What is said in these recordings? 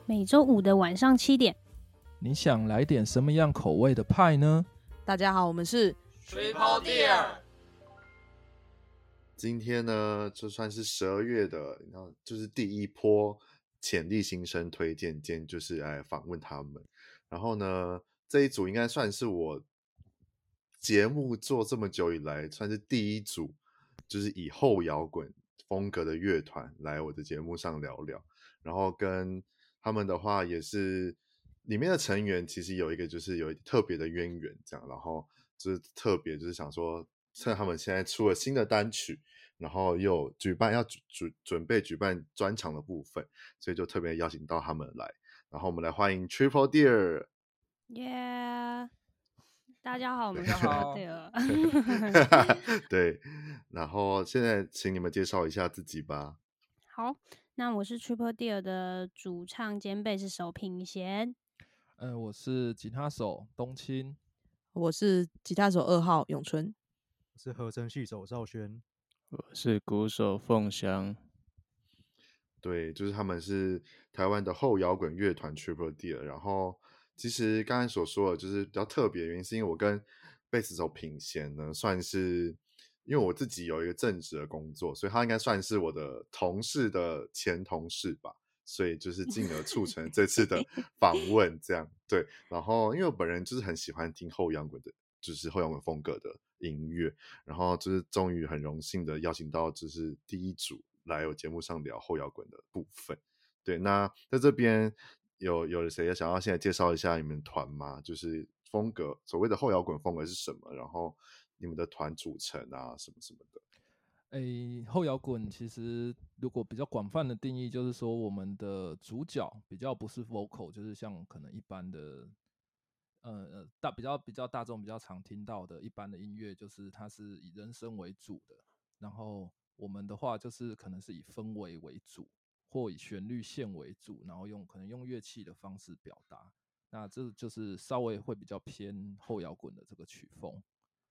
每周五的晚上7点。 你想来点什么样口味的派呢？ 大家好，我们是 Triple Deer。 今天呢，就算是12月的，就是第一波潜力新生推荐，今天就是来访问他们。然后呢，这一组应该算是我节目做这么久以来，算是第一组，就是以后摇滚风格的乐团来我的节目上聊聊。然后跟他们的话，也是里面的成员其实有一个就是有特别的渊源，这样，然后就是特别就是想说，趁他们现在出了新的单曲。然后又准备举办专场的部分，所以就特别邀请到他们来。然后我们来欢迎 Triple Deer。 耶！大家好，我们是 Triple Deer。 对，然后现在请你们介绍一下自己吧。 好，那我是 Triple Deer 的主唱兼贝斯手品贤。 我是吉他手冬青。 我是吉他手2号永春。 我是合成系手赵轩。 我是鼓手凤翔。 对，就是他们是台湾的后摇滚乐团 Triple Deer。然后其实刚才所说的就是比较特别的原因，是因为我跟贝斯手品贤呢，算是因为我自己有一个正职的工作，所以他应该算是我的同事的前同事吧，所以就是进而促成这次的访问这样。对，然后因为我本人就是很喜欢听后摇滚的，就是后摇滚风格的音乐，然后就是终于很荣幸的邀请到就是第一组来我节目上聊后摇滚的部分。对，那在这边有谁想要现在介绍一下你们团吗？就是风格，所谓的后摇滚风格是什么？然后你们的团组成啊，什么什么的。 后摇滚其实如果比较广泛的定义，就是说我们的主角比较不是 vocal， 就是像可能一般的比较大众比较常听到的一般的音乐，就是它是以人声为主的。然后我们的话就是可能是以氛围为主，或以旋律线为主，然后可能用乐器的方式表达。那这就是稍微会比较偏后摇滚的这个曲风。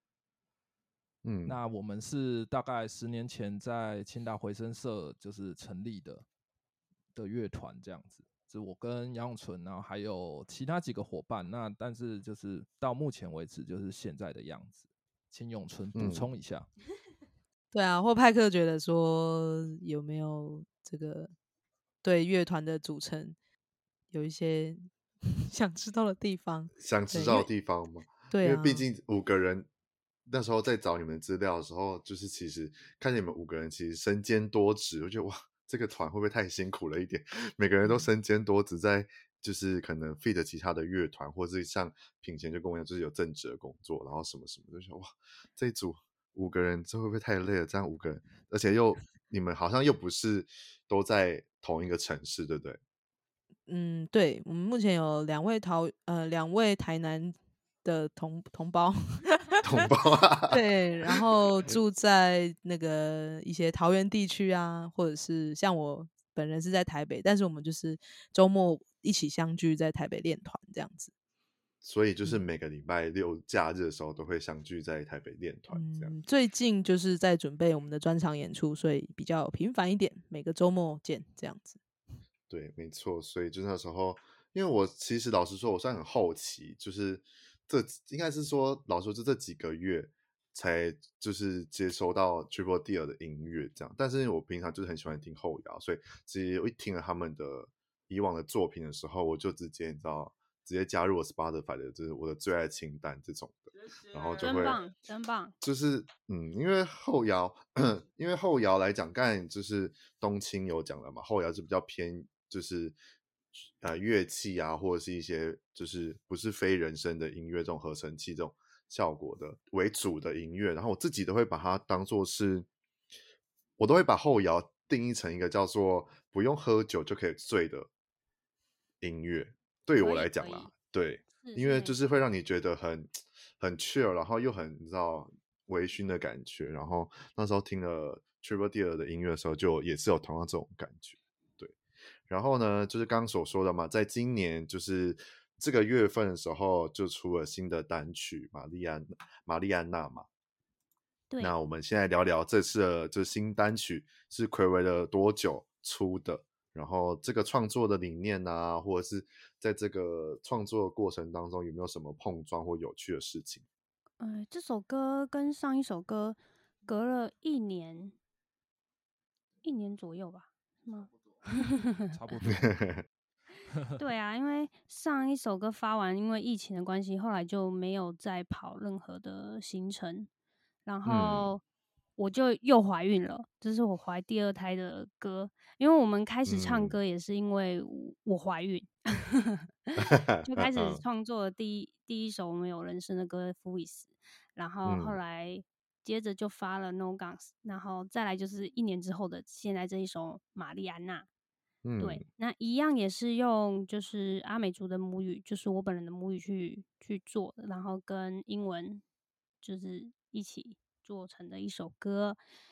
那我们是大概10年前在清大回声社就是成立的乐团这样子，是我跟杨永纯，然后还有其他几个伙伴。那但是就是到目前为止就是现在的样子，请永纯补充一下。 对啊，或派克觉得说有没有这个对乐团的组成有一些想知道的地方？ 想知道的地方吗？ 对啊， 因为毕竟5个人。那时候在找你们资料的时候，就是其实看见你们5个人其实身兼多职，我觉得哇，这个团会不会太辛苦了一点？每个人都身兼多职，在就是可能 feed 其他的乐团，或是像品贤就跟我一样，就是有正职的工作，然后什么什么，就想哇，这一组5个人，这会不会太累了？这样5个人，而且你们好像又不是都在同一个城市，对不对？ 对，我们目前有2位台南的同胞。 同胞啊。 对，然后住在那个一些桃园地区啊，或者是像我本人是在台北，但是我们就是周末一起相聚在台北练团这样子。 所以就是每个礼拜6假日的时候都会相聚在台北练团这样。 最近就是在准备我们的专场演出，所以比较频繁一点，每个周末见这样子。 对，没错，所以就那时候，因为我其实老实说，我算很好奇，就是应该是说，老实说，就这几个月才就是接收到 Triple Deer 的音乐这样。但是我平常就是很喜欢听后摇，所以其实我一听了他们的以往的作品的时候，我就直接加入我 Spotify 的，就是我的最爱清单这种的，然后就会真棒， 就是因为后摇来讲，刚才就是冬青有讲了嘛，后摇是比较偏就是乐器啊，或者是一些就是不是非人声的音乐，这种合成器这种效果的为主的音乐，然后我自己都会把它当作是，我都会把后摇定义成一个叫做不用喝酒就可以醉的音乐，对于我来讲啦，对，因为就是会让你觉得很 chill， 然后又很你知道微醺的感觉，然后那时候听了 Triple Deer 的音乐的时候，就也是有同样这种感觉。对，然后呢，就是刚刚所说的嘛，在今年就是这个月份的时候，就出了新的单曲玛丽安娜嘛。 对， 那我们现在聊聊这次的这新单曲是睽违了多久出的， 然后这个创作的理念啊，或者是在这个创作的过程当中有没有什么碰撞或有趣的事情？ 这首歌跟上一首歌隔了一年左右吧，是吗？ 差不多。 对啊，因为上一首歌发完，因为疫情的关系，后来就没有再跑任何的行程，然后我就又怀孕了，这是我怀第2胎的歌。因为我们开始唱歌也是因为我怀孕，就开始创作了第一首我们有人生的歌《《f 斯》，然后后来接着就发了《No Guns》，然后再来就是1年之后的现在这一首《玛丽安娜》。对，那一样也是用就是阿美族的母语，就是我本人的母语去做的，然后跟英文就是一起做成的一首歌。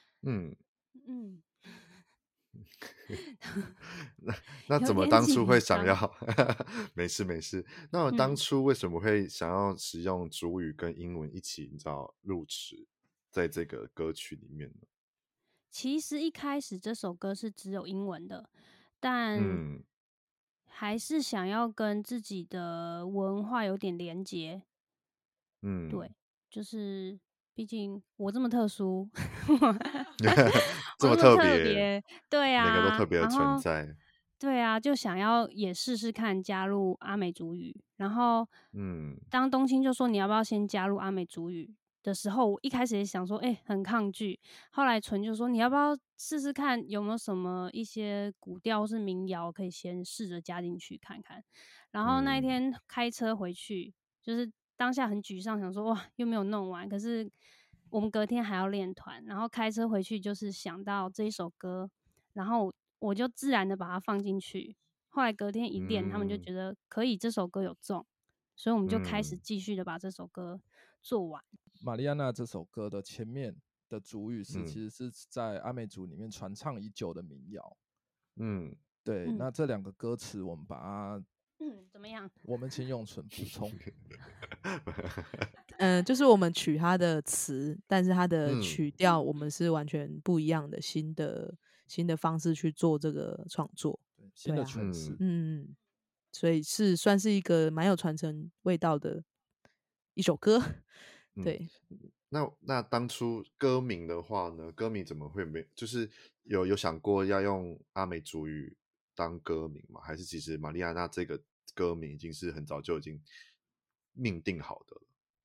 那怎么有点当初会紧张。 想要没事没事，那我当初为什么会想要使用主语跟英文一起，你知道入词在这个歌曲里面呢？ 其实一开始这首歌是只有英文的，但还是想要跟自己的文化有点连结。对，就是毕竟我这么特殊， 这么我这么特特别， 别，对每个都啊， 特别的然后存在。 对啊，就想要也试试看加入阿美族语，然后当冬青就说你要不要先加入阿美族语的时候，我一开始也想说，很抗拒。后来纯就说你要不要试试看有没有什么一些古调或是民谣可以先试着加进去看看。然后那一天开车回去，就是当下很沮丧，想说哇又没有弄完，可是我们隔天还要练团，然后开车回去就是想到这一首歌，然后我就自然的把它放进去。后来隔天一练，他们就觉得可以，这首歌有中，所以我们就开始继续的把这首歌做完。 玛丽安娜这首歌的前面的主语是其实是在阿美族里面传唱已久的民谣。对，那这2个歌词我们把它怎么样？ 我们请永存补充。 就是我们取它的词，但是它的曲调我们是完全不一样的新的方式去做这个创作， 新的诠释。 所以是算是一个蛮有传承味道的一首歌。对， 那当初歌名的话呢？歌名怎么会就是有想过要用阿美族语当歌名吗？还是其实玛丽安娜这个歌名已经是很早就已经命定好的了？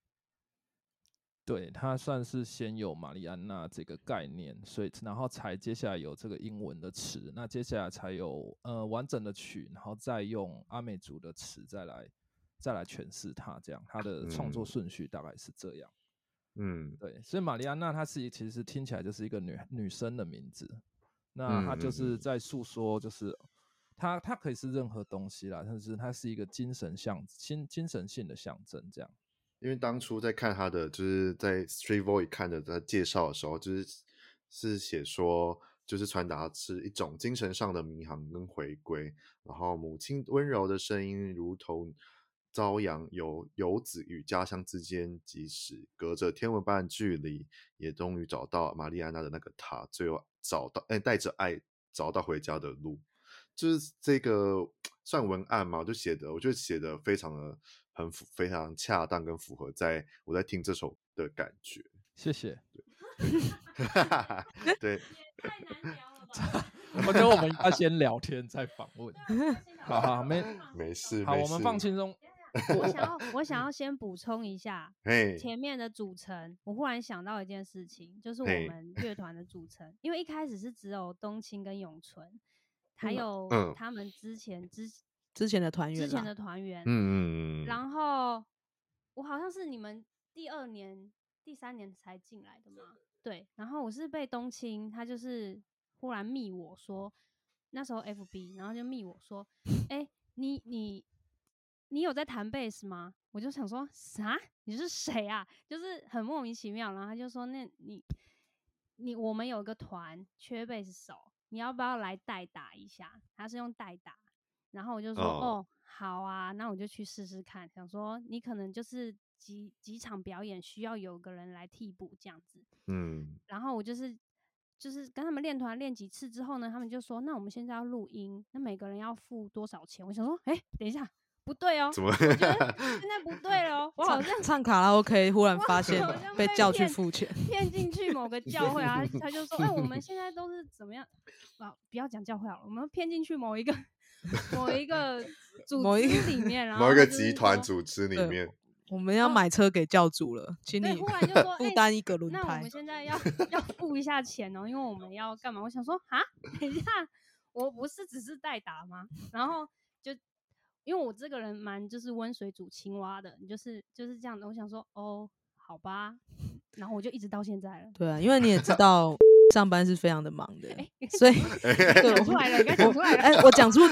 对，它算是先有玛丽安娜这个概念，所以然后才接下来有这个英文的词，那接下来才有完整的曲，然后再用阿美族的词再来诠释它，这样它的创作顺序大概是这样。对，所以玛丽安娜她其实听起来就是一个女生的名字，那她就是在诉说，就是她可以是任何东西啦，但是它是一个精神性的象征，这样。 因为当初在看他的，就是在 Street Voice 看的他介绍的时候，是写说，就是传达是一种精神上的迷航跟回归，然后母亲温柔的声音如同朝阳，游子与家乡之间，即使隔着天文般的距离，也终于找到玛丽安娜的那个她，最后找到，带着爱找到回家的路。就是这个算文案嘛，我觉得写的非常恰当跟符合我在听这首的感觉。 谢谢。 对， 太难聊了吧？ 我觉得我们应该先聊天再访问。好， 没事。 好，我们放轻松。 我想要先补充一下前面的组成。我忽然想到一件事情，就是我们乐团的组成，因为一开始是只有冬青跟永存，还有他们之前的团员，然后我好像是你们第2年、第3年才进来的嘛。对，然后我是被冬青，他就是忽然密我说，那时候 FB， 然后就密我说，你有在弹贝斯吗？我就想说啥？你是谁啊？就是很莫名其妙。然后他就说，那我们有个团缺贝斯手，你要不要来代打一下？他是用代打，然后我就说好啊，那我就去试试看。想说你可能就是几场表演需要有个人来替补这样子，然后我就是就是跟他们练团练几次之后呢，他们就说，那我们现在要录音，那每个人要付多少钱？我想说，等一下，不对哦， 怎么？ 我觉得现在不对了哦，我好像唱卡拉 OK，忽然发现好像被被叫去骗付钱。 骗进去某个教会啊，他就说，我们现在都是怎么样？不要讲教会好了，我们骗进去某一个组织里面，然后某一个就是集团说组织里对面， 我们要买车给教主了，请对， 你忽然就说， 负担一个轮胎那我们。现在要付一下钱哦，因为我们要干嘛？我想说啊，等一下，我不是只是代打吗？然后就因为我这个人蛮就是温水煮青蛙的，就是这样的。我想说哦，好吧，然后我就一直到现在了。 对啊，因为你也知道上班是非常的忙的，所以对讲出来了，你该讲出来了。 我讲出。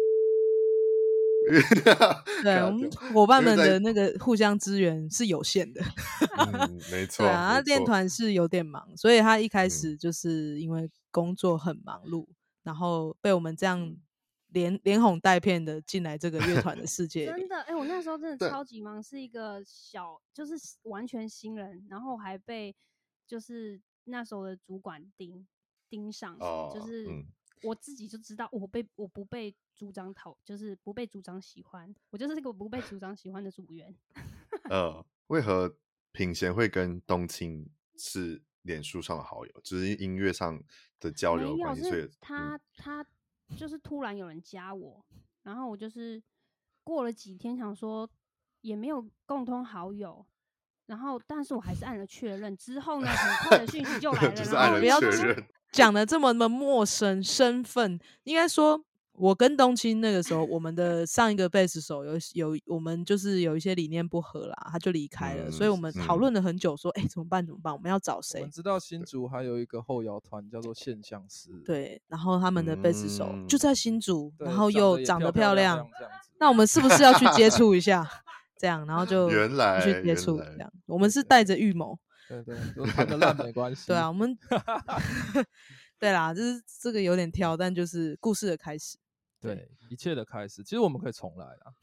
对， 啊我们伙伴们的那个互相支援是有限的。 没错。 对啊，他练团是有点忙，所以他一开嗯始就是因为工作很忙碌，然后被我们这样连哄带骗的进来这个乐团的世界里。 真的，我那时候真的对超级忙，是一个就是完全新人，然后还被就是那时候的主管盯上，就是我自己就知道我不被组长就是不被组长喜欢，我就是这个不被组长喜欢的组员。 为何品贤会跟冬青是脸书上的好友？只是音乐上的交流的关系，所以是他就是突然有人加我，然后我就是过了几天想说也没有共同好友，然后但是我还是按了确认，之后呢很快的讯息就来了， 就是然后按了确认。 讲的这么的陌生，身份应该说，我跟冬青那个时候，我们的上一个贝斯手我们就是有一些理念不合啦，他就离开了，所以我们讨论了很久，说，怎么办？我们要找谁？ 我们知道新竹还有一个后摇团叫做现象师， 对，然后他们的贝斯手就在新竹，然后又长得漂亮，那我们是不是要去接触一下？这样，然后就原来去接触，这样，我们是带着预谋。 对，弹得烂没关系。 对啊，我们对啦，就是这个有点跳，但就是故事的开始。 对，一切的开始。其实我们可以重来啦。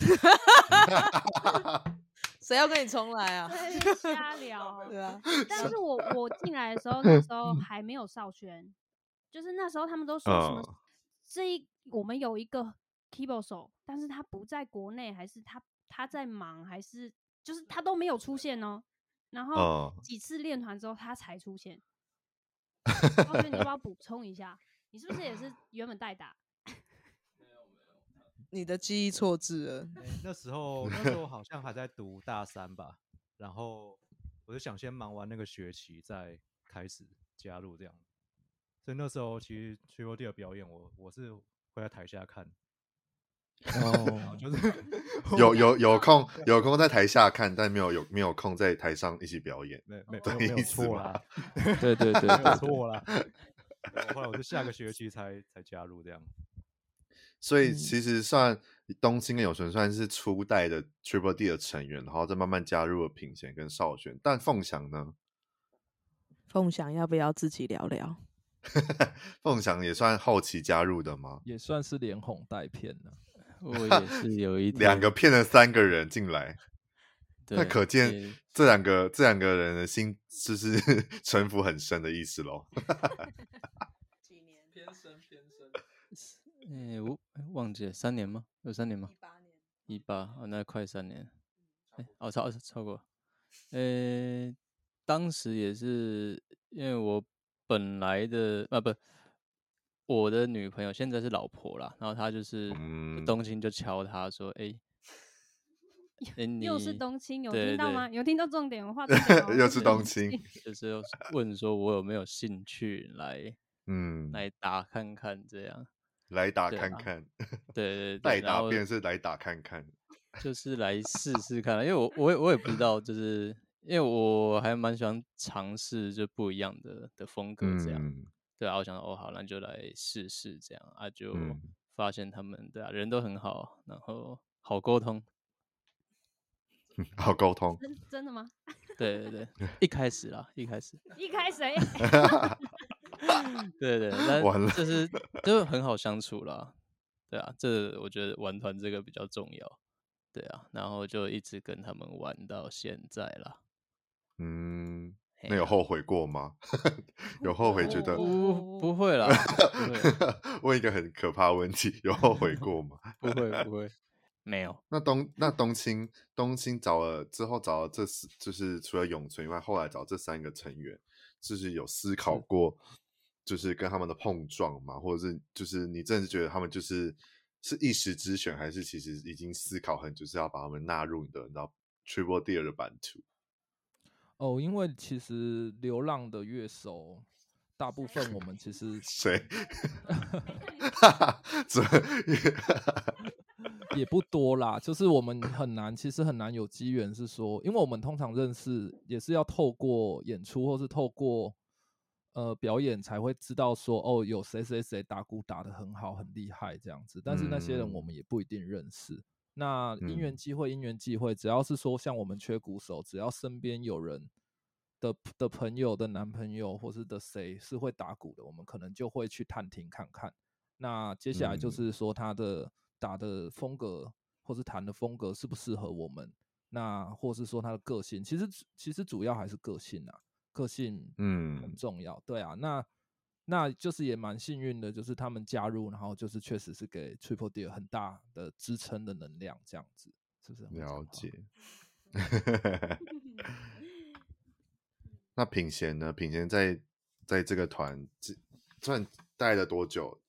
谁要跟你重来啊？ 瞎聊。 对啊。 但是我进来的时候，那时候还没有少轩，就是那时候他们都说什么，我们有一个 keyboard 手，但是他不在国内，还是他在忙，还是就是他都没有出现哦。然后几次练团之后，他才出现。少轩，你要不要补充一下？你是不是也是原本代打？ 你的记忆错字了。 那时候好像还在读大3吧，然后我就想先忙完那个学期再开始加入这样，所以那时候其实吹波地的表演我是会在台下看。就是有空在台下看，但没有空在台上一起表演， 没有错啦。 对， 没有错啦。后来我是下个学期才加入这样。 所以其实冬青跟有纯算是初代的 Triple D 的成员，然后再慢慢加入了品贤跟少轩。但凤翔呢？ 凤翔要不要自己聊聊？ 凤翔也算后期加入的吗？ 也算是连哄带骗呢。 我也是有一 2个骗了3个人进来，那可见这两个人的心就是城府很深的意思咯。 几年？ 偏深。 我忘记了3年吗？有3年吗？18，那快3年。超过。当时也是因为我本来的我的女朋友现在是老婆啦，然后她就是冬青就敲她说， 又是冬青，有对听到吗？有听到重点？我画重点哦。 又是冬青， 就是问说我有没有兴趣来打看看这样。 来打看看。 对， 代打便是来打看看， 就是来试试看，因为我也不知道，就是因为我还蛮喜欢尝试就不一样的风格这样。对啊，我想说好，那就来试试这样啊，就发现他们人都很好，然后好沟通。 好沟通。 真的吗？ 对，一开始。对，但就是很好相处啦。对啊，这我觉得玩团这个比较重要。对啊，然后就一直跟他们玩到现在啦。 那有后悔过吗？有后悔觉得不会啦，不会。 问一个很可怕的问题，有后悔过吗？ 不会，没有。 那冬青找了这就是除了永存以外，后来找这3个成员，就是有思考过，就是跟他们的碰撞嘛，或者是就是你真的是觉得他们是一时之选，还是其实已经思考很久，就是要把他们纳入你知道 Triple Deer 的版图？ 因为其实流浪的乐手大部分我们其实谁也不多啦，就是我们其实很难有机缘是说，因为我们通常认识也是要透过演出或是透过表演才会知道说有谁谁谁打鼓打得很好很厉害这样子，但是那些人我们也不一定认识。那因缘际会，只要是说像我们缺鼓手，只要身边有人的朋友的男朋友或是的谁是会打鼓的，我们可能就会去探听看看。那接下来就是说他的打的风格或是弹的风格适不适合我们，那或是说他的个性，其实主要还是个性啊，个性很重要。对啊，那就是也蛮幸运的，就是他们加入，然后就是确实是给 Triple Deer 很大的支撑的能量，这样子是不是？ 了解。那品贤呢？品贤在这个团算待了多久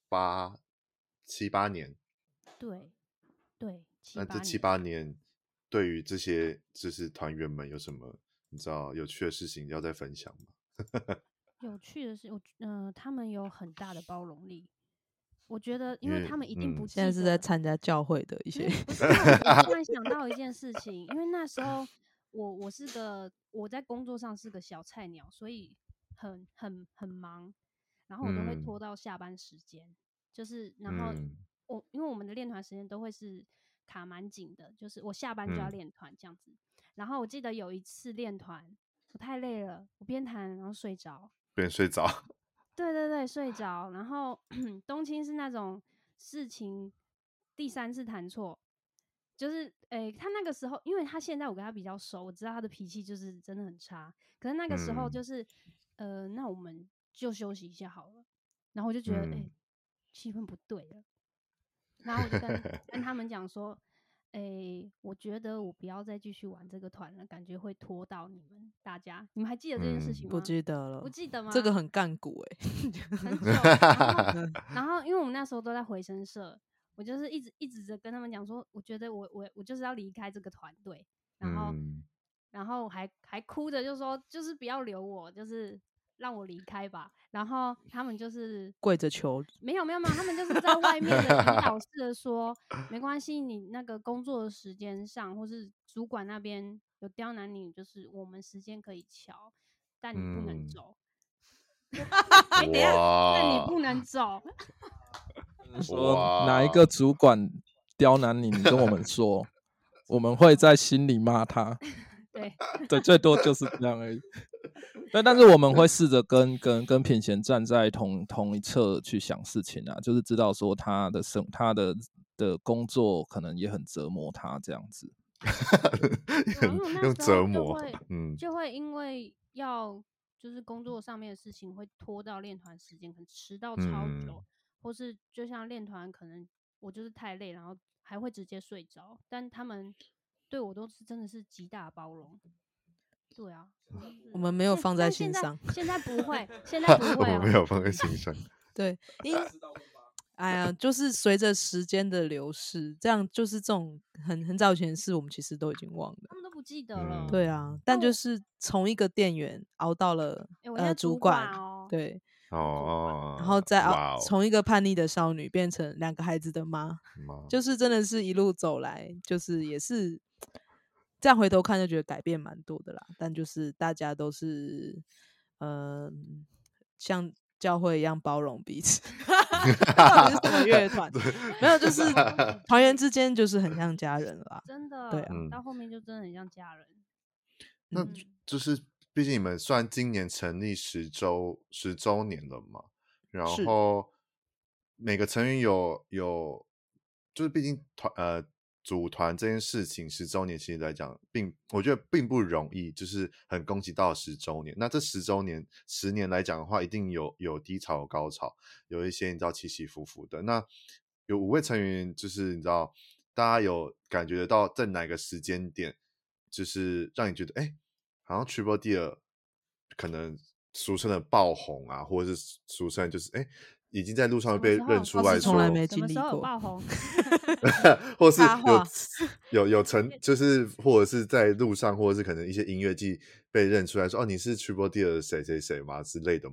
？7、8年。 对， 那这7、8年，对于这些就是团员们有什么你知道有趣的事情要再分享吗？ 有趣的是，他们有很大的包容力。我觉得，因为他们一定不记得， 现在是在参加教会的一些。 不是，我突然想到一件事情，因为那时候我在工作上是个小菜鸟，所以很忙，然后我都会拖到下班时间，就是然后因为我们的练团时间都会是卡蛮紧的，就是我下班就要练团这样子。然后我记得有一次练团，我太累了，我边弹然后睡着。对，睡着。然后冬青是那种事情第3次弹错，就是他那个时候，因为他现在我跟他比较熟，我知道他的脾气就是真的很差。可是那个时候就是那我们就休息一下好了。然后我就觉得气氛不对了，然后我就跟他们讲说，我觉得我不要再继续玩这个团了，感觉会拖到你们大家。你们还记得这件事情吗？ 不记得了。 不记得吗？ 这个很干股很久。然后因为我们那时候都在回声社，我就是一直的跟他们讲说，我觉得我就是要离开这个团队，然后还哭着就说，就是不要留我，就是让我离开吧。然后他们就是跪着求， 没有，他们就是在外面的引导式的说，没关系，你那个工作的时间上，或是主管那边有刁难你，就是我们时间可以调，但你不能走。等一下，但你不能走。 说哪一个主管刁难你，你跟我们说，我们会在心里骂他。对，最多就是这样而已。对，但是我们会试着跟品贤站在同一侧去想事情啊，就是知道说他的工作可能也很折磨他这样子。 用折磨， 就会因为要就是工作上面的事情会拖到练团时间，可能迟到超久，或是就像练团可能我就是太累，然后还会直接睡着，但他们对我都是真的是极大的包容。对啊， 我们没有放在心上。 现在不会，现在不会。 我们没有放在心上。 对，哎呀，就是随着时间的流逝，这样就是这种很早以前的事，我们其实都已经忘了， 他们都不记得了。 对啊，但就是从一个店员熬到了主管，对然后再从一个叛逆的少女变成2个孩子的妈，就是真的是一路走来，就是也是这样回头看就觉得改变蛮多的啦。但就是大家都是像教会一样包容彼此。到底是什么乐团？没有，就是团员之间就是很像家人啦。 真的， 对啊， 到后面就真的很像家人。 那就是毕竟你们算今年成立10周年了嘛，然后每个成员有就是毕竟组团这件事情10周年，其实来讲，我觉得并不容易，就是很恭喜到10周年。那这10年来讲的话，一定有低潮有高潮，有一些你知道起起伏伏的。那有5位成员，就是你知道大家有感觉得到在哪个时间点，就是让你觉得好像 Triple Deer 可能俗称的爆红啊，或者是俗称就是已经在路上被认出来说， 从来没什么时候有爆红？ 或是有就是或者是在路上，或者是可能一些音乐季被认出来说，你是 Triple Deer 的谁谁谁吗之类的吗？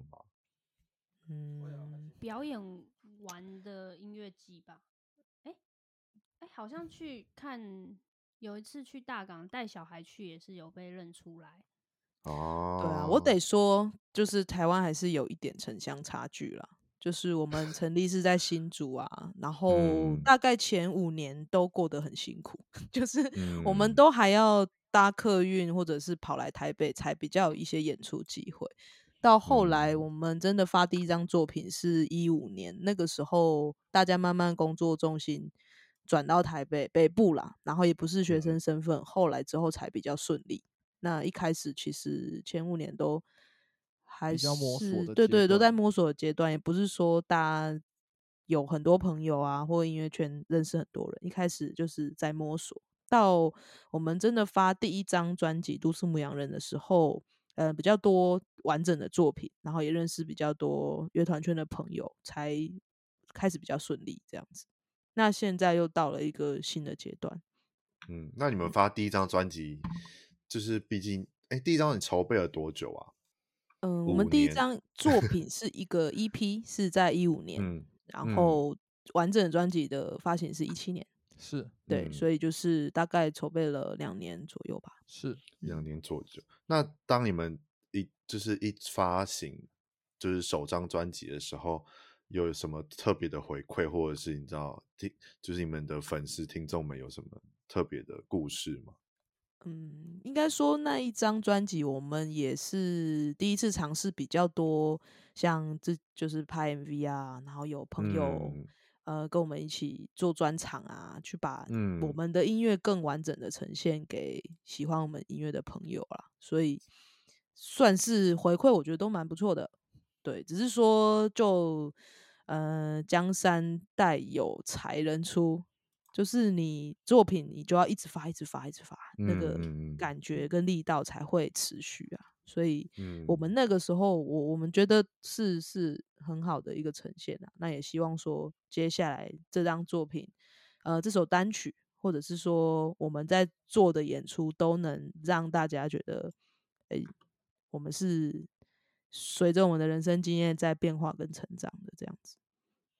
表演完的音乐季吧。好像去看，有一次去大港带小孩去，也是有被认出来。 哦， 对啊，我得说，就是台湾还是有一点城乡差距啦。就是我们成立是在新竹啊，然后大概前5年都过得很辛苦，就是我们都还要搭客运或者是跑来台北才比较有一些演出机会。到后来我们真的发第一张作品是15年，那个时候大家慢慢工作重心转到台北北部啦，然后也不是学生身份，后来之后才比较顺利。那一开始其实前5年都还比较摸索是的对都在阶段摸索的阶段，也不是说大家有很多朋友啊，或音乐圈认识很多人，一开始就是在摸索。到我们真的发第一张专辑《都市牧羊人》的时候，比较多完整的作品，然后也认识比较多乐团圈的朋友，才开始比较顺利这样子。那现在又到了一个新的阶段。 那你们发第一张专辑，就是毕竟第一张你筹备了多久啊？ 我们第一张作品是一个 EP， 是在15年，然后完整专辑的发行是17年， 是对，所以就是大概筹备了2年左右吧， 是 2年左右。那当你们一发行就是首张专辑的时候，有什么特别的回馈，或者是你知道就是你们的粉丝听众们有什么特别的故事吗？ 应该说那一张专辑我们也是第一次尝试比较多，像就是拍 MV 啊，然后有朋友跟我们一起做专场啊，去把我们的音乐更完整的呈现给喜欢我们音乐的朋友啦，所以算是回馈我觉得都蛮不错的。对，只是说就江山代有才人出，就是你作品你就要一直发，那个感觉跟力道才会持续啊。所以我们那个时候我们觉得是很好的一个呈现啊。那也希望说接下来这张作品，这首单曲，或者是说我们在做的演出，都能让大家觉得，我们是随着我们的人生经验在变化跟成长的这样子。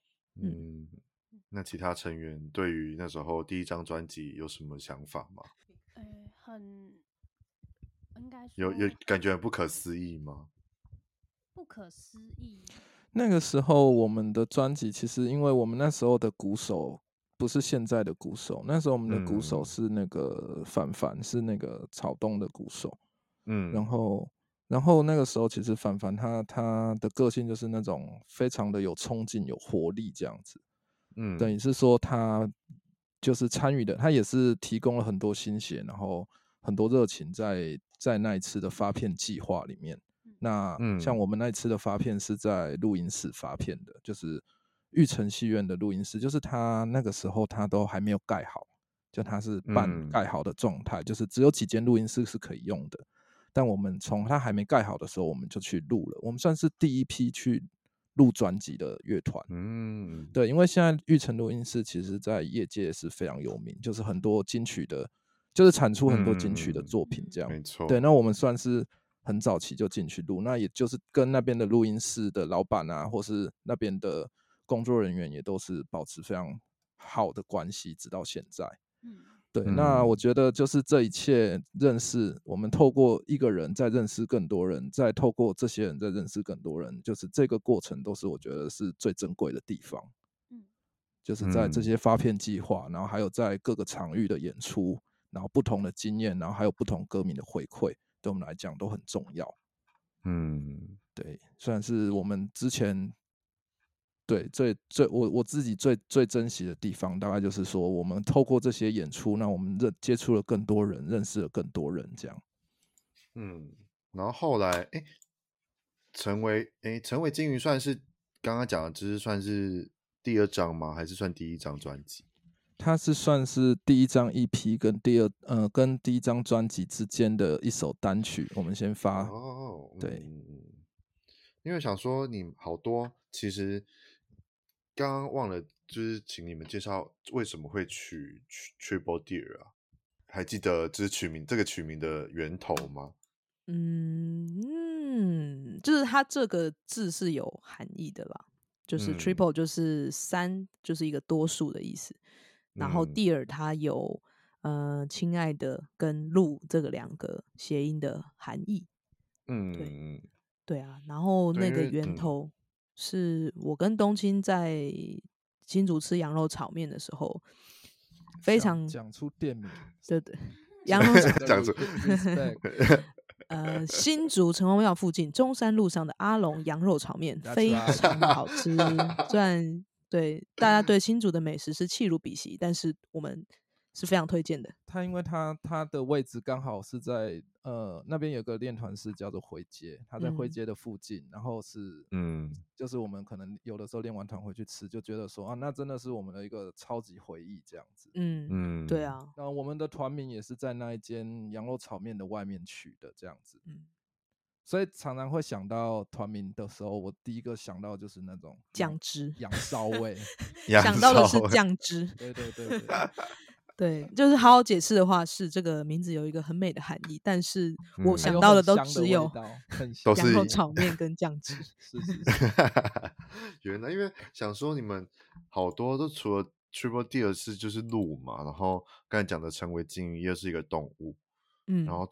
那其他成员对于那时候第一张专辑有什么想法吗？ 应该说有感觉很不可思议吗？ 不可思议。 那个时候我们的专辑，其实因为我们那时候的鼓手不是现在的鼓手，那时候我们的鼓手是那个凡凡，是那个草东的鼓手。然后那个时候其实凡凡他的个性就是那种非常的有冲劲、有活力这样子。等于是说他就是参与的，他也是提供了很多心血，然后很多热情在那一次的发片计划里面。那像我们那一次的发片是在录音室发片的，就是玉成戏院的录音室，就是他那个时候他都还没有盖好，就他是半盖好的状态，就是只有几间录音室是可以用的。但我们从他还没盖好的时候，我们就去录了，我们算是第一批去录专辑的乐团。对，因为现在玉成录音室其实在业界是非常有名，就是很多金曲的，就是产出很多金曲的作品这样。 没错。 对，那我们算是很早期就进去录，那也就是跟那边的录音室的老板啊，或是那边的工作人员也都是保持非常好的关系，直到现在。对，那我觉得就是这一切认识，我们透过一个人再认识更多人，再透过这些人再认识更多人，就是这个过程都是我觉得是最珍贵的地方。就是在这些发片计划，然后还有在各个场域的演出，然后不同的经验，然后还有不同歌迷的回馈，对我们来讲都很重要。对，虽然是我们之前对，我自己最珍惜的地方，大概就是说，我们透过这些演出，那我们接触了更多人，认识了更多人，这样。 然后后来，成为金鱼算是刚刚讲的，就是算是第2张吗？还是算第1张专辑？ 它是算是第1张 EP 跟跟第1张专辑之间的一首单曲，我们先发。对， 因为想说你好多，其实刚刚忘了，就是请你们介绍为什么会取 Triple Deer 啊？还记得就是这个取名的源头吗？ 就是它这个字是有含义的啦，就是 Triple 就是3，就是一个多数的意思。然后 Dear 它有亲爱的跟鹿这个2个谐音的含义。对啊，然后那个源头是我跟东青在新竹吃羊肉炒面的时候，非常讲出店名， 对，羊肉讲出新竹城隍庙附近中山路上的阿龙羊肉炒面非常好吃。虽然对大家对新竹的美食是弃如敝屣，但是我们是非常推荐的。 因为它的位置刚好是在那边有个练团室叫做灰街，它在灰街的附近，然后是就是我们可能有的时候练完团回去吃，就觉得说那真的是我们的一个超级回忆这样子。 对啊。 那我们的团名也是在那一间羊肉炒面的外面取的这样子。所以常常会想到团名的时候，我第一个想到就是那种酱汁、 羊骚味， 想到的是酱汁。 对。 对，就是好好解释的话是这个名字有一个很美的含义，但是我想到的都只有羊肉炒面跟酱汁。 是。 原来因为想说你们好多都除了 Triple Deer 是就是鹿嘛，然后刚才讲的成为金鱼又是一个动物，然后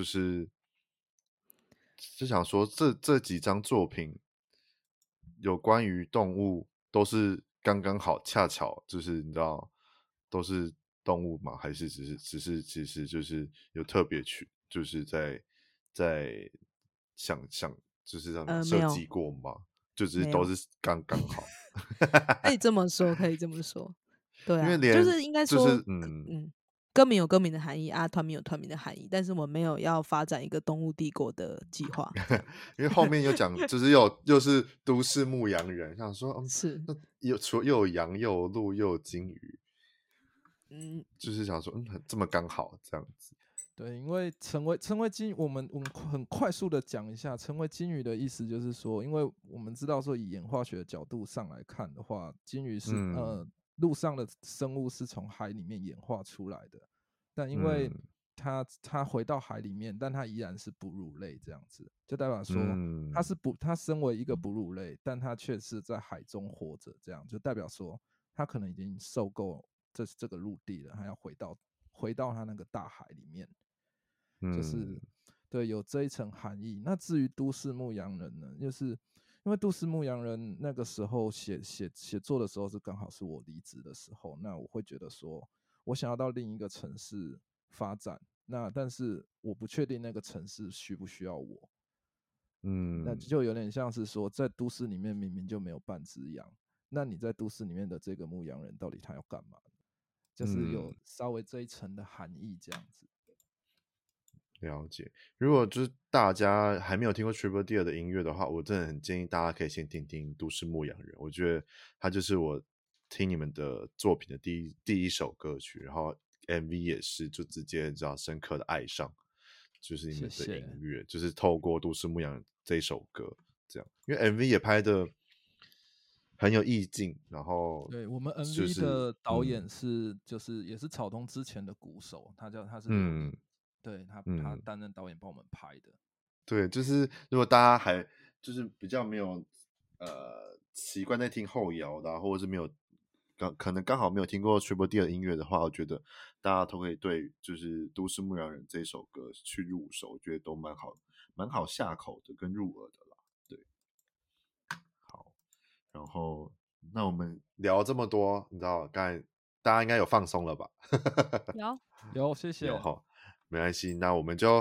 就想说这几张作品有关于动物都是刚刚好，恰巧就是你知道都是动物吗？还是只是其实就是有特别就是在想就是让设计过吗？就只是都是刚刚好。 可以这么说，对啊， 因为就是应该说歌名有歌名的含义啊，团名有团名的含义，但是我没有要发展一个动物帝国的计划。 因为后面有讲，就是又是都市牧羊人，想说是又有羊又有鹿又有金鱼，就是想说这么刚好这样子。 对，因为成为金鱼，我们很快速的讲一下，成为金鱼的意思就是说，因为我们知道说以演化学的角度上来看的话，金鱼是陆上的生物是从海里面演化出来的，但因为它回到海里面，但它依然是哺乳类这样子，就代表说它身为一个哺乳类，但它却是在海中活着，这样就代表说它可能已经受够这个陆地了，它要回到它那个大海里面。就是对有这一层含义。那至于都市牧羊人呢，就是因为都市牧羊人那个时候写作的时候是刚好是我离职的时候，那我会觉得说我想要到另一个城市发展，但是我不确定那个城市需不需要我。那就有点像是说在都市里面明明就没有半只羊，那你在都市里面的这个牧羊人到底他要干嘛？就是有稍微这一层的含义这样子。 了解，如果就是大家还没有听过 Triple Deer 的音乐的话，我真的很建议大家可以先听听《都市牧羊人》，我觉得它就是我听你们的作品的第一首歌曲，然后 MV 也是就直接这样深刻的爱上，就是你们的音乐，就是透过《都市牧羊人》这一首歌这样，因为 MV 也拍的很有意境，然后对我们 MV 的导演是就是也是草东之前的鼓手，他是对他担任导演帮我们拍的。 对，就是如果大家还就是比较没有习惯在听后摇的或者是没有可能刚好没有听过 Triple Deer 的音乐的话，我觉得大家都可以对就是《都市牧羊人》这首歌去入手，我觉得都蛮好下口的跟入耳的啦。对，好，然后那我们聊这么多，你知道刚才大家应该有放松了吧？ 有，谢谢。 有齁，没关系，那我们就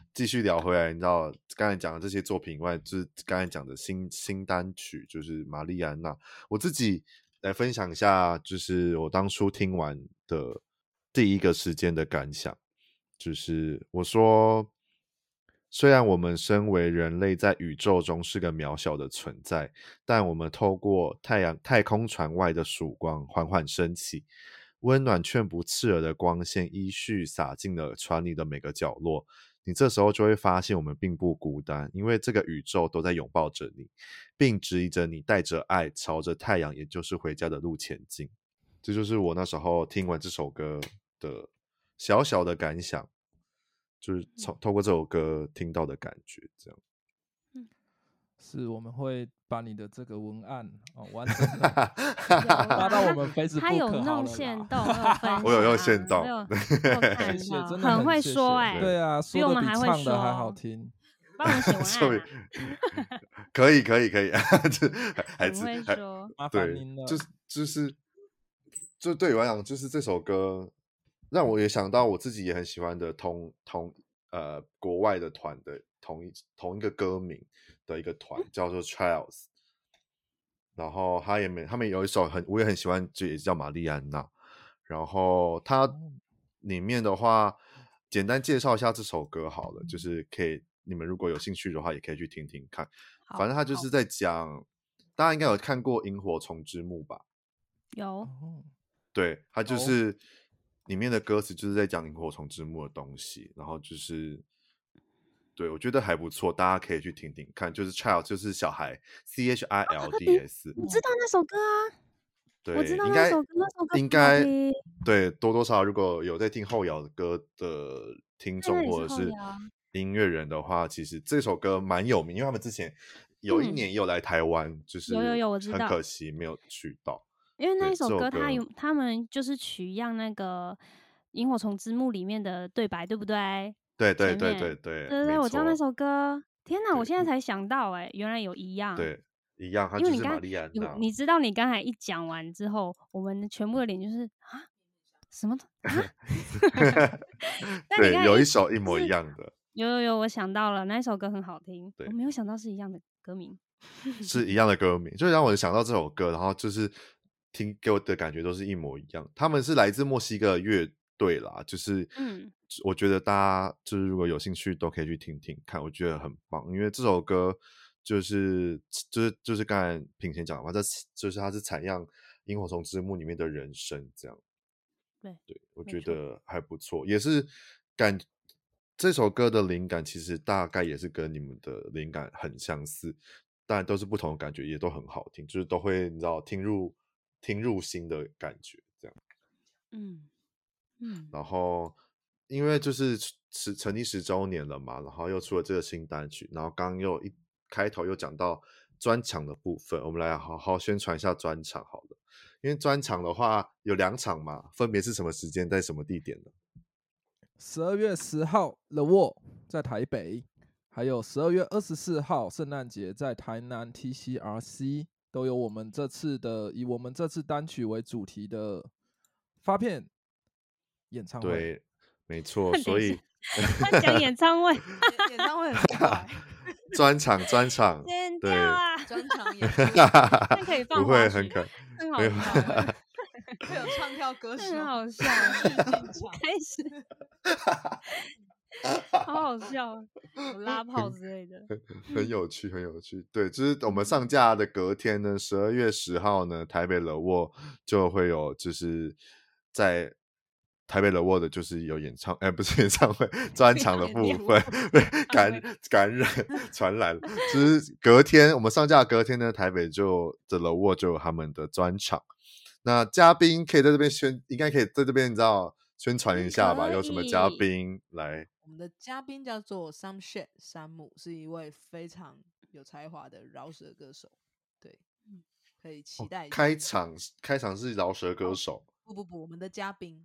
继续聊回来，你知道刚才讲的这些作品以外，就是刚才讲的新单曲，就是玛丽安娜。我自己来分享一下，就是我当初听完的第一个时间的感想，就是我说，虽然我们身为人类在宇宙中是个渺小的存在，但我们透过太空船外的曙光缓缓升起，温暖却不刺耳的光线依序洒进了船里的每个角落。你这时候就会发现我们并不孤单，因为这个宇宙都在拥抱着你，并指引着你带着爱朝着太阳也就是回家的路前进。这就是我那时候听完这首歌的小小的感想，就是透过这首歌听到的感觉这样。 是我们会把你的这个文案完整的发到我们 Facebook 他有好了弄啦线动，我有分享， 我有用线动我有看谢谢， 到， 真的很会谢谢说哎， 对啊， 比我说的比们还会唱的还好说， 听。 帮我们写文所以案啊， 可以，还很会还说， 麻烦对， 您了。 就对我来讲，就是这首歌让我也想到我自己也很喜欢的国外的团的同一个歌名的一个团叫做 Trials， 然后他们有一首我也很喜欢，就也叫玛丽安娜。然后它里面的话，简单介绍一下这首歌好了，就是你们如果有兴趣的话，也可以去听听看。反正他就是在讲，大家应该有看过《萤火虫之墓》吧？ 有， 对，它就是里面的歌词就是在讲萤火虫之墓的东西，然后就是对我觉得还不错，大家可以去听听看。就是 child 就是小孩 CHILDS， 你知道那首歌啊？ 对， 我知道那首歌应该对多多少少如果有在听后摇的歌的听众或者是音乐人的话，其实这首歌蛮有名，因为他们之前有一年也有来台湾，就是我知道， 很可惜没有去到。 因为那一首歌他们就是取样那个《萤火虫之墓》里面的对白，对不对？ 对， 我知道那首歌。天哪，我现在才想到，原来有一样。 对，一样，它就是玛丽安娜。 你知道，你刚才一讲完之后，我们全部的脸就是啊，什么啊？ 对，有一首一模一样的。 有，我想到了，那一首歌很好听。我没有想到是一样的歌名， 是一样的歌名，就让我想到这首歌，然后就是给我的感觉都是一模一样。他们是来自墨西哥乐队啦，就是我觉得大家就是如果有兴趣都可以去听听看，我觉得很棒，因为这首歌就是刚才品贤讲的嘛，就是它是采样《萤火虫之墓》里面的人声这样。对，我觉得还不错，也是这首歌的灵感其实大概也是跟你们的灵感很相似，当然都是不同的感觉，也都很好听，就是都会你知道听入心的感觉这样。然后因为就是成立10周年了嘛，然后又出了这个新单曲，然后刚又开头又讲到专场的部分，我们来好好宣传一下专场好了。因为专场的话有2场嘛，分别是什么时间在什么地点呢 ？12月10号 The Wall 在台北，还有12月24号圣诞节在台南 TCRC， 都有以我们这次单曲为主题的发片演唱会。 对，没错，所以他讲演唱会， 演唱会很快。 专场， 对啊， 专场演出， 那可以放， 不会很可， 很好笑， 会有唱跳歌手， 很好笑，开始，好好笑，有拉炮之类的， 很有趣。对，就是我们上架的隔天呢，12月10号呢，台北The Wall就会有，就是在台北The Wall的就是有不是演唱会，专场的部分被感染传染，就是隔天我们上架隔天呢，台北的The Wall就有他们的专场。那嘉宾可以在这边应该可以在这边你知道宣传一下吧？有什么嘉宾来？ 我们的嘉宾叫做 Some Shit 山姆，是一位非常有才华的饶舌歌手。对，可以期待一下。 开场是饶舌歌手。 不，我们的嘉宾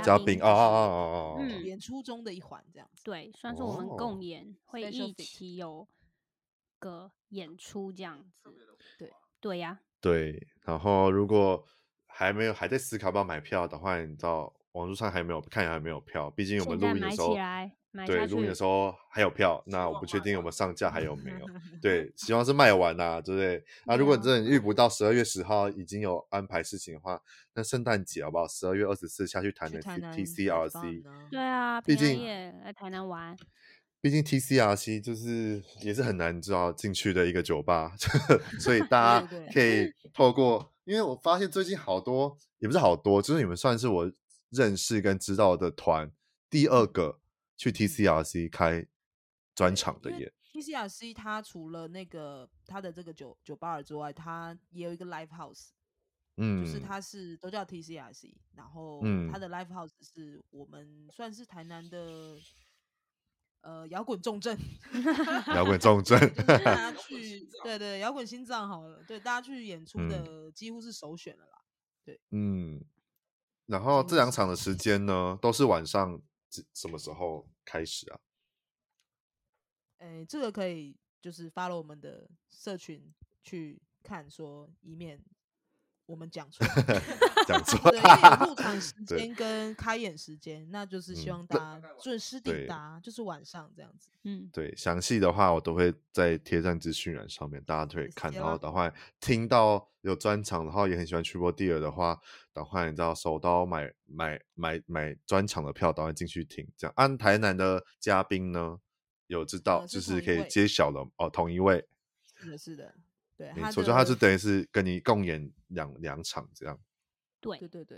演出中的一环这样子。 对，算是我们共演，会一起有个演出这样子。对呀。 对，然后如果还在思考要不要买票的话，你知道网络上还没有看，还没有票，毕竟我们录音的时候， 买对，录音的时候还有票，那我不确定我们上架还有没有。对，希望是卖完啦，对不对？啊，如果你真的遇不到12月10号已经有安排事情的话，那圣诞节好不好？12月24下去台南 TCRC， 对啊，毕竟也来台南玩。 毕竟 TCRC 就是也是很难知道进去的一个酒吧，所以大家可以透过，因为我发现最近好多，也不是好多，就是你们算是我认识跟知道的团第2个去 TCRC 开专场的耶。 TCRC 它除了那个它的这个酒吧之外，它也有一个 live house，就是它是都叫 TCRC， 然后它的 live house 是我们算是台南的摇滚重镇， 摇滚重镇， 就是大家去对摇滚心脏好了，对大家去演出的几乎是首选了啦。对， 然后这2场的时间呢，都是晚上什么时候开始啊？ 这个可以就是 follow 我们的社群去看，说以免我们讲错， 讲错， 对，因为有入场时间跟开演时间，那就是希望大家准时抵达，就是晚上这样子。 对，详细的话我都会在贴在资讯栏上面，大家都可以看。然后等会听到有专场，然后也很喜欢 Triple Deer 的话，等会你知道手刀买专场的票，等会进去听。这样，按台南的嘉宾呢，有知道就是可以揭晓的哦，同一位。 是的。对， 没错，就他就等于是跟你共演两场这样。 对。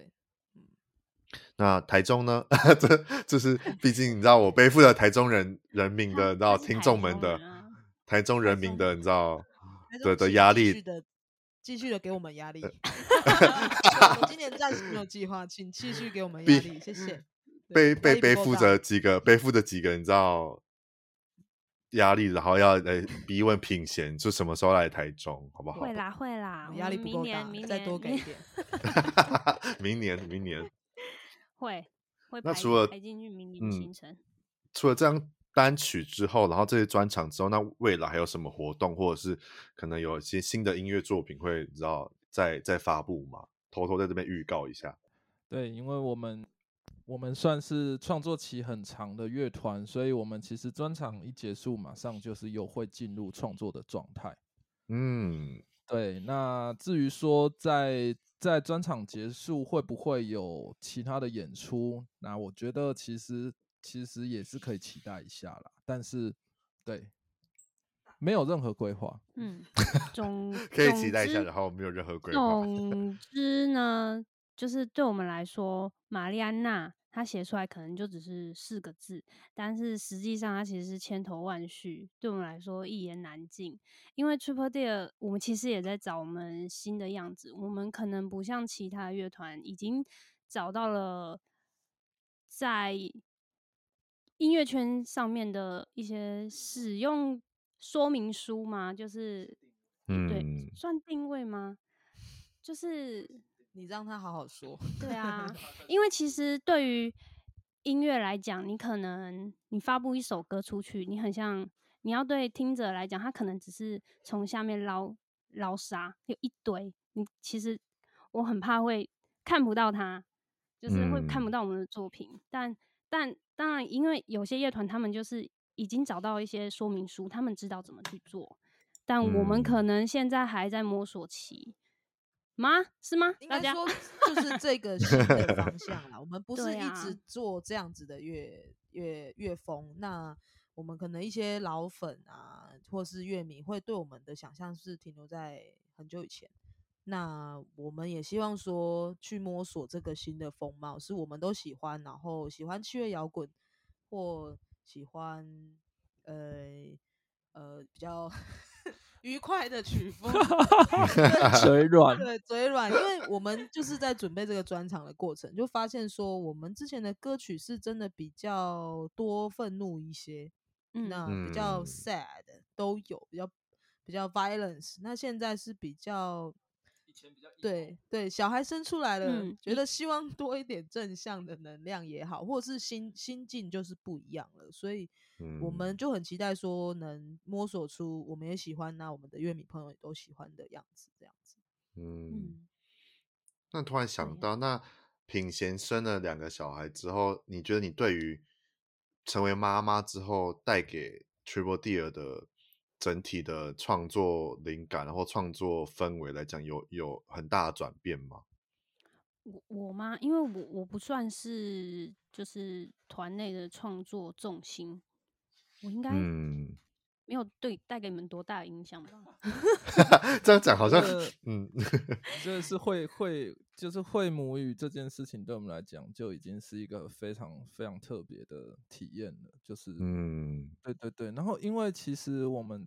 那台中呢？这是毕竟你知道我背负了台中人民的，你知道听众们的台中人民的，你知道的压力， 继续的给我们压力。我今年暂时没有计划，请继续给我们压力，谢谢。 背负着几个，你知道。压力，然后要逼问品贤，就什么时候来台中，好不好？ 会啦， 压力不够大，再多给一点。 明年会那除了排进去明年的行程。 除了这样单曲之后，然后这些专场之后，那未来还有什么活动，或者是可能有一些新的音乐作品会你知道再发布吗？偷偷在这边预告一下。 对，因为我们算是创作期很长的乐团，所以我们其实专场一结束，马上就是又会进入创作的状态。对。那至于说在专场结束会不会有其他的演出，那我觉得其实也是可以期待一下啦。但是对，没有任何规划。 可以期待一下，然后没有任何规划。 总之呢，就是对我们来说，玛丽安娜她写出来可能就只是4个字，但是实际上它其实是千头万绪，对我们来说一言难尽。因为 Triple Deer 我们其实也在找我们新的样子，我们可能不像其他乐团已经找到了在音乐圈上面的一些使用说明书嘛，就是对，算定位吗？就是你让他好好说。 对啊，因为其实对于音乐来讲，你可能你发布一首歌出去，你很像你要对听者来讲，他可能只是从下面捞沙，有一堆，你其实我很怕会看不到它，就是会看不到我们的作品。但当然，因为有些乐团他们就是已经找到一些说明书，他们知道怎么去做，但我们可能现在还在摸索期。是吗？ 应该说就是这个新的方向啦。我们不是一直做这样子的乐风，那我们可能一些老粉啊，或是乐迷会对我们的想象是停留在很久以前。那我们也希望说去摸索这个新的风貌，是我们都喜欢，然后喜欢器乐摇滚或喜欢比较愉快的曲风。 嘴软。 对，嘴软，因为我们就是在准备这个专场的过程，就发现说我们之前的歌曲是真的比较多愤怒一些，那比较 sad 都有，比较 violence。那现在是比较对小孩生出来了，觉得希望多一点正向的能量也好，或者是心境就是不一样了，所以我们就很期待说能摸索出我们也喜欢，那我们的乐迷朋友也都喜欢的样子，这样子。 那突然想到，那品贤生了2个小孩之后，你觉得你对于成为妈妈之后带给 Triple Deer 的整体的创作灵感，然后创作氛围来讲，有很大的转变吗？ 我吗？因为我不算是就是团内的创作重心，我应该没有带给你们多大的影响吧？ 这样讲好像就是就是会母语这件事情对我们来讲就已经是一个非常非常特别的体验了，就是对，然后因为其实我们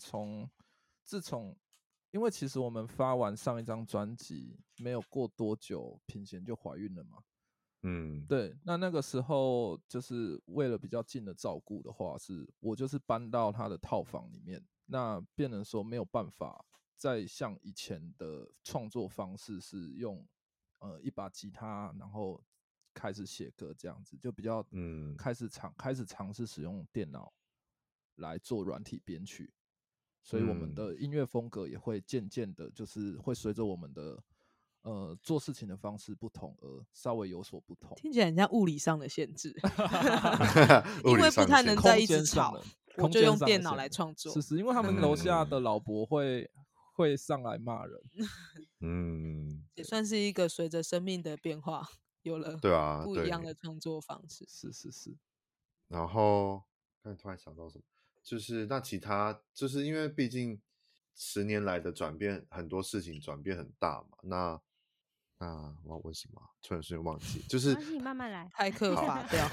因为其实我们发完上一张专辑没有过多久，品贤就怀孕了嘛。对，那个时候就是为了比较近的照顾的话，我就是搬到他的套房里面，那变成说没有办法再像以前的创作方式是用一把吉他，然后开始写歌这样子，就比较开始尝试使用电脑来做软体编曲。所以我们的音乐风格也会渐渐的，就是会随着我们的做事情的方式不同而稍微有所不同。 听起来很像物理上的限制，因为不太能在一直吵，我就用电脑来创作。 是，因为他们楼下的老伯会上来骂人。 也算是一个随着生命的变化有了不一样的创作方式。 是。 然后刚才突然想到什么？就是那其他，就是因为毕竟10年来的转变，很多事情转变很大嘛。那我要问什么？突然瞬间忘记，就是你慢慢来， 太刻法掉。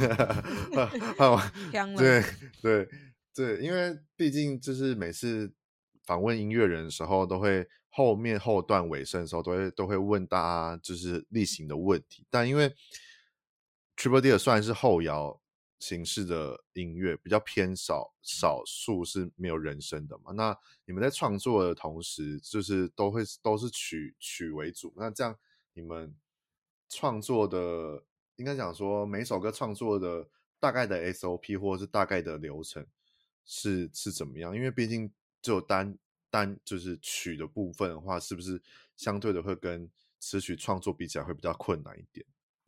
对，因为毕竟就是每次访问音乐人的时候，都会后段尾声的时候都会问大家就是例行的问题，但因为 Triple Deer 虽然是后摇形式的音乐，比较偏少数是没有人声的嘛。那你们在创作的同时，就是都是曲为主。那这样你们创作的，应该讲说每首歌创作的大概的 SOP 或者是大概的流程是怎么样？因为毕竟只有单就是曲的部分的话，是不是相对的会跟词曲创作比起来会比较困难一点？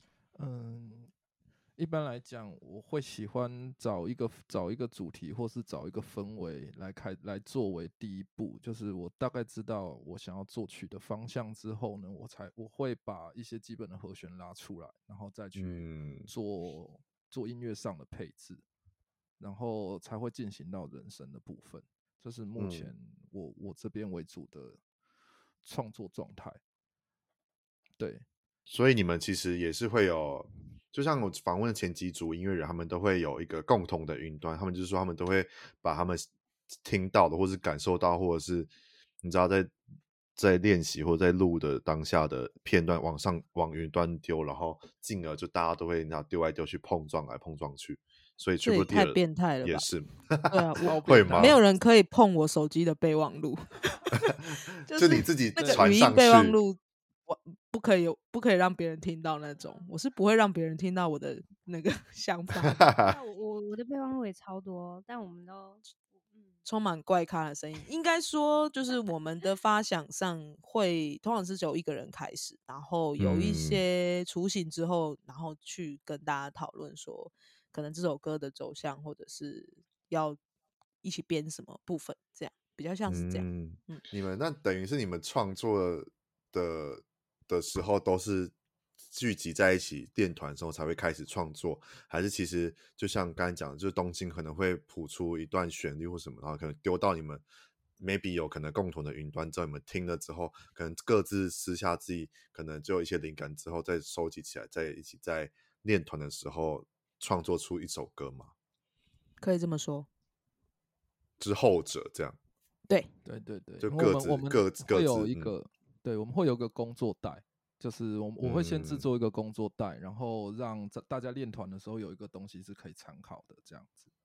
一般来讲，我会喜欢找一个主题，或是找一个氛围来作为第一步。就是我大概知道我想要作曲的方向之后呢，我会把一些基本的和弦拉出来，然后再去做音乐上的配置，然后才会进行到人声的部分。这是目前我这边为主的创作状态。对， 所以你们其实也是会有。就像我访问的前几组音乐人，他们都会有一个共同的云端，他们就是说他们都会把他们听到的或是感受到，或者是你知道在练习或者在录的当下的片段往云端丢，然后进而就大家都会拿丢来丢去，碰撞来碰撞去。所以这也太变态了吧？ 也是对啊， 会吗？ 没有人可以碰我手机的备忘录， 就你自己那个语音备忘录。我不可以让别人听到那种，我是不会让别人听到我的那个想法。 我的备忘录也超多，但我们都充满怪咖的声音。应该说，就是我们的发想上会通常是只有一个人开始，然后有一些雏形之后，然后去跟大家讨论说，可能这首歌的走向，或者是要一起编什么部分，这样比较像是这样。 你们那等于是你们创作的时候都是聚集在一起练团的时候才会开始创作，还是其实就像刚才讲的，就是东京可能会谱出一段旋律或什么，然后可能丢到你们 maybe 有可能共同的云端之后，你们听了之后，可能各自私下自己可能就有一些灵感之后再收集起来，再一起在练团的时候创作出一首歌吗？ 可以这么说， 就是后者这样。 对， 就我们会有一个，对，我们会有一个工作带，就是我会先制作一个工作带，然后让大家练团的时候有一个东西是可以参考的，这样子。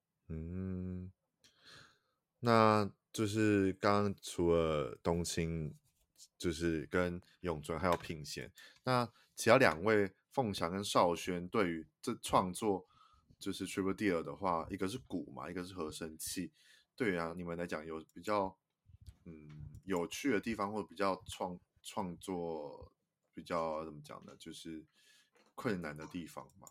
那就是刚刚除了东青，就是跟永尊还有品贤，那其他2位凤翔跟少轩对于这创作就是 Triple Deer 的话，一个是鼓嘛，一个是合成器，对啊，你们来讲有比较有趣的地方，或者比较创作比较怎么讲呢？就是困难的地方吗？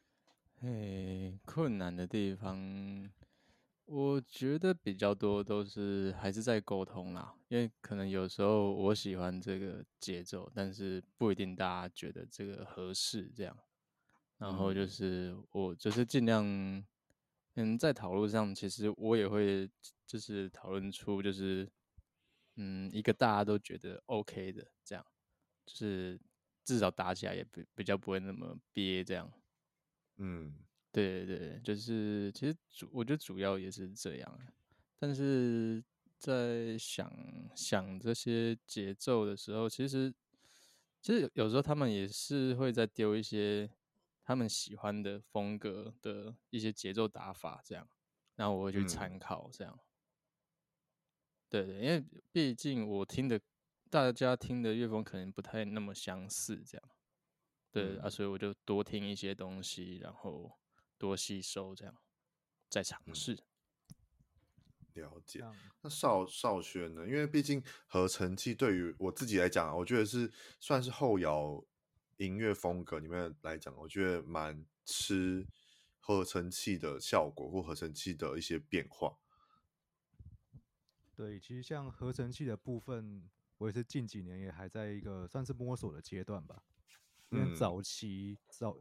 困难的地方，我觉得比较多都是还是在沟通啦，因为可能有时候我喜欢这个节奏，但是不一定大家觉得这个合适这样。然后就是我就是尽量，在讨论上，其实我也会就是讨论出就是一个大家都觉得 OK 的这样，就是至少打起来也比较不会那么憋这样。对对对，就是其实我觉得主要也是这样，但是在想这些节奏的时候，其实有时候他们也是会在丢一些他们喜欢的风格的一些节奏打法这样，然后我会去参考这样。对对，因为毕竟大家听的乐风可能不太那么相似这样。对啊，所以我就多听一些东西，然后多吸收，这样再尝试。 了解。那少轩呢？因为毕竟合成器对于我自己来讲，我觉得算是后摇音乐风格里面来讲，我觉得蛮吃合成器的效果或合成器的一些变化。 对，其实像合成器的部分，我也是近几年也还在一个算是摸索的阶段吧。因为早期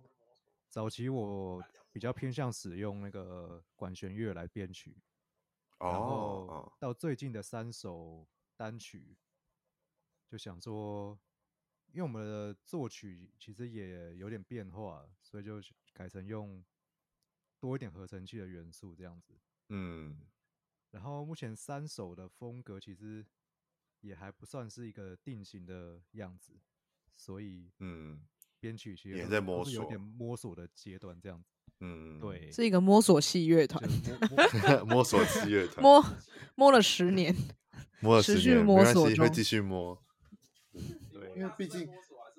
我比较偏向使用那个管弦乐来编曲，然后到最近的3首单曲，就想说，因为我们的作曲其实也有点变化，所以就改成用多一点合成器的元素这样子。然后目前3首的风格其实也还不算是一个定型的样子，所以编曲其实也在摸索， 有点摸索的阶段这样子。对， 是一个摸索系乐团， 摸索系乐团， 摸了10年， 摸了10年， 持续摸索中， 会继续摸。对，因为毕竟，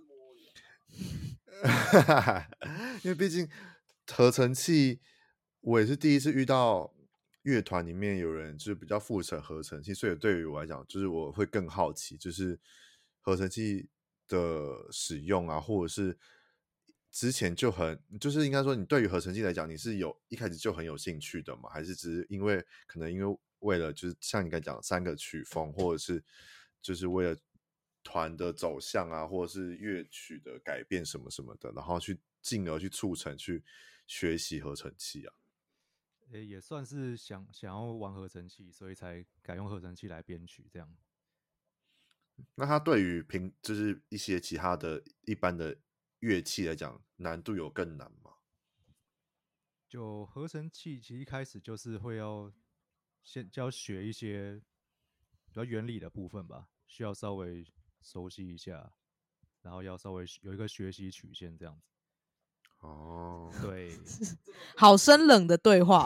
因为毕竟合成器，我也是第一次遇到乐团里面有人就是比较负责合成器，所以对于我来讲，就是我会更好奇，就是合成器的使用啊，或者是之前就是应该说，你对于合成器来讲，你是一开始就很有兴趣的吗？还是只是可能因为为了就是像你刚才讲3个曲风，或者是就是为了团的走向啊，或者是乐曲的改变什么什么的，然后进而去促成去学习合成器啊？ 也算是想要玩合成器，所以才改用合成器来编曲这样。 那它对于就是一些其他的一般的乐器来讲，难度有更难吗？ 就合成器其实一开始就是会要学一些比较原理的部分吧，需要稍微熟悉一下，然后要稍微有一个学习曲线这样子。对， 好生冷的对话。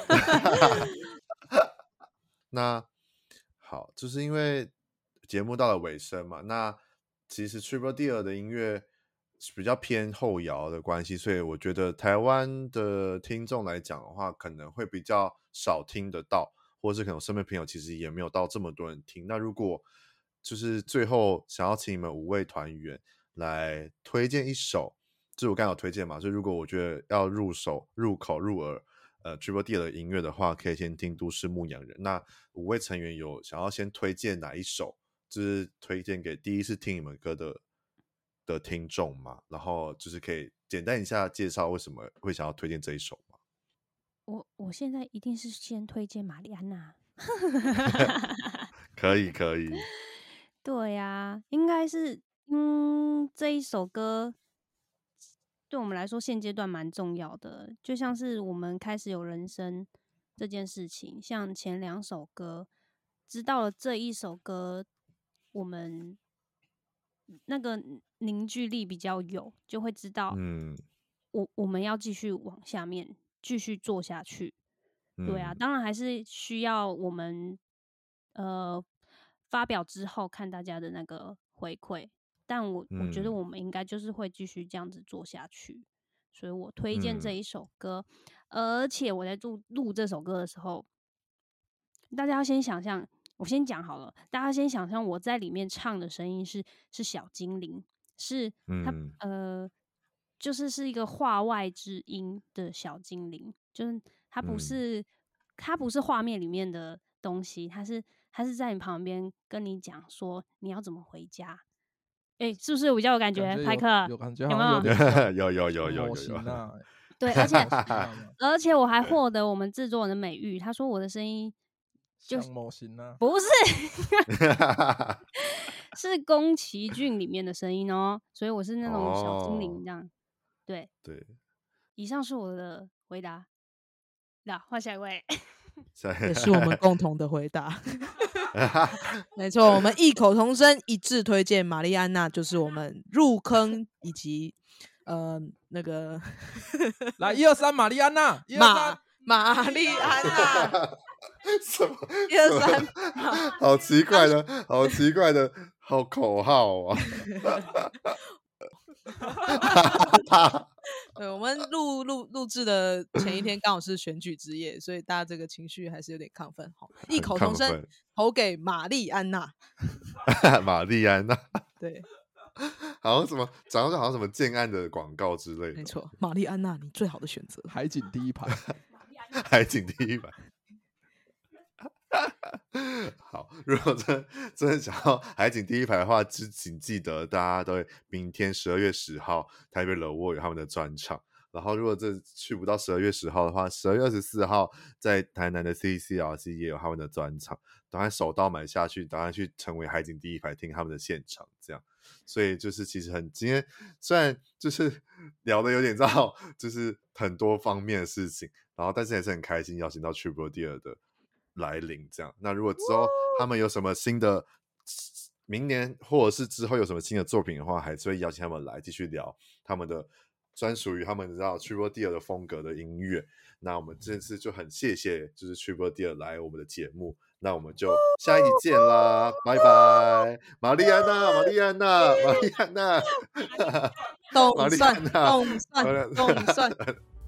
那好，就是因为节目到了尾声嘛，那其实 Triple Deer 的音乐比较偏后摇的关系，所以我觉得台湾的听众来讲的话，可能会比较少听得到，或是可能身边朋友其实也没有到这么多人听。那如果就是最后想要请你们5位团员来推荐一首，就是我刚有推荐嘛，就如果我觉得要入口入耳Triple Deer 的音乐的话，可以先听都市牧羊人。那5位成员有想要先推荐哪一首，就是推荐给第一次听你们歌的听众嘛？然后就是可以简单一下介绍为什么会想要推荐这一首吗？ 我现在一定是先推荐玛丽安娜。 可以。 对呀，应该是这一首歌对我们来说现阶段蛮重要的，就像是我们开始有人生这件事情，像前2首歌，知道了这一首歌，我们那个凝聚力比较有，就会知道，我们要继续往下面继续做下去。对啊，当然还是需要我们发表之后看大家的那个回馈，但我觉得我们应该就是会继续这样子做下去，所以我推荐这一首歌。而且我在录这首歌的时候，大家要先想象，我先讲好了，大家先想象我在里面唱的声音是小精灵，是他是一个话外之音的小精灵，就是它不是画面里面的东西，它是在你旁边跟你讲说你要怎么回家。是不是比较有感觉？派克有感觉， 有没有？ 有对，而且我还获得我们制作人的美誉，他说我的声音像模型啊， 不是，是宫崎骏里面的声音哦，所以我是那种小精灵这样。对，以上是我的回答。那换下一位， 也是我们共同的回答。没错，我们异口同声一致推荐玛丽安娜，就是我们入坑以及那个来1、2、3，玛丽安娜，1、2、3， 玛丽安娜， 什么 1、2、3， 好奇怪的好口号啊！ 对，我们录制的前一天刚好是选举之夜，所以大家这个情绪还是有点亢奋。异口同声投给玛丽安娜。 玛丽安娜， 对， 好像什么长得好像什么建案的广告之类的。 没错，玛丽安娜，你最好的选择。 海景第一排， 海景第一排。好，如果真的想要海景第一排的话，请记得大家都会明天12月10号台北冷沃有他们的专场。然后如果这去不到12月10号的话，12月24号在台南的 CCRC 也有他们的专场，赶快手到买下去，赶快去成为海景第一排听他们的现场这样。所以就是其实今天虽然就是聊的有点到就是很多方面的事情，然后但是也是很开心邀请到 Triple Deer 的来临这样。那如果之后他们有什么新的明年或者是之后有什么新的作品的话，还是会邀请他们来继续聊他们的专属于他们Triple Deer 的风格的音乐。那我们这次就很谢谢就是 Triple Deer 来我们的节目，那我们就下一集见啦，拜拜，玛丽安娜，玛丽安娜，玛丽安娜， 动算。